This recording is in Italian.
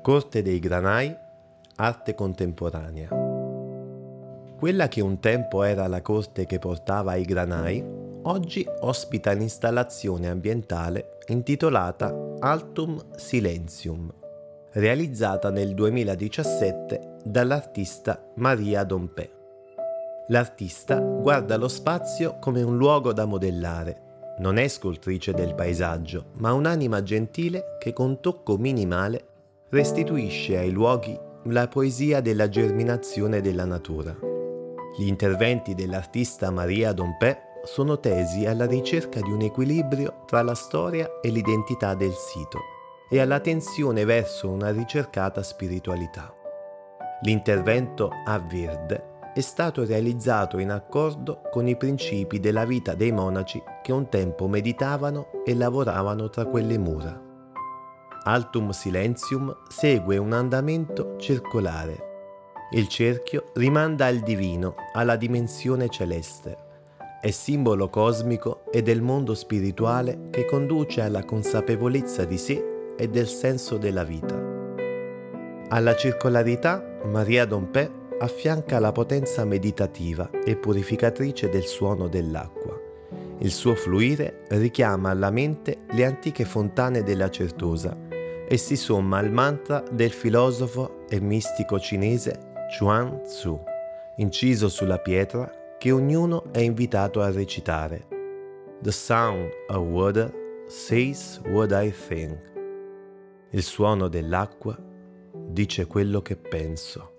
Corte dei Granai, arte contemporanea. Quella che un tempo era la corte che portava i granai, oggi ospita l'installazione ambientale intitolata Altum Silentium, realizzata nel 2017 dall'artista Maria Dompè. L'artista guarda lo spazio come un luogo da modellare. Non è scultrice del paesaggio, ma un'anima gentile che con tocco minimale restituisce ai luoghi la poesia della germinazione della natura. Gli interventi dell'artista Maria Dompè sono tesi alla ricerca di un equilibrio tra la storia e l'identità del sito e alla tensione verso una ricercata spiritualità. L'intervento a Verde è stato realizzato in accordo con i principi della vita dei monaci che un tempo meditavano e lavoravano tra quelle mura. Altum Silentium segue un andamento circolare. Il cerchio rimanda al divino, alla dimensione celeste. È simbolo cosmico e del mondo spirituale che conduce alla consapevolezza di sé e del senso della vita. Alla circolarità, Maria Dompè affianca la potenza meditativa e purificatrice del suono dell'acqua. Il suo fluire richiama alla mente le antiche fontane della Certosa e si somma al mantra del filosofo e mistico cinese Chuang Tzu, inciso sulla pietra che ognuno è invitato a recitare. The sound of water says what I think. Il suono dell'acqua dice quello che penso.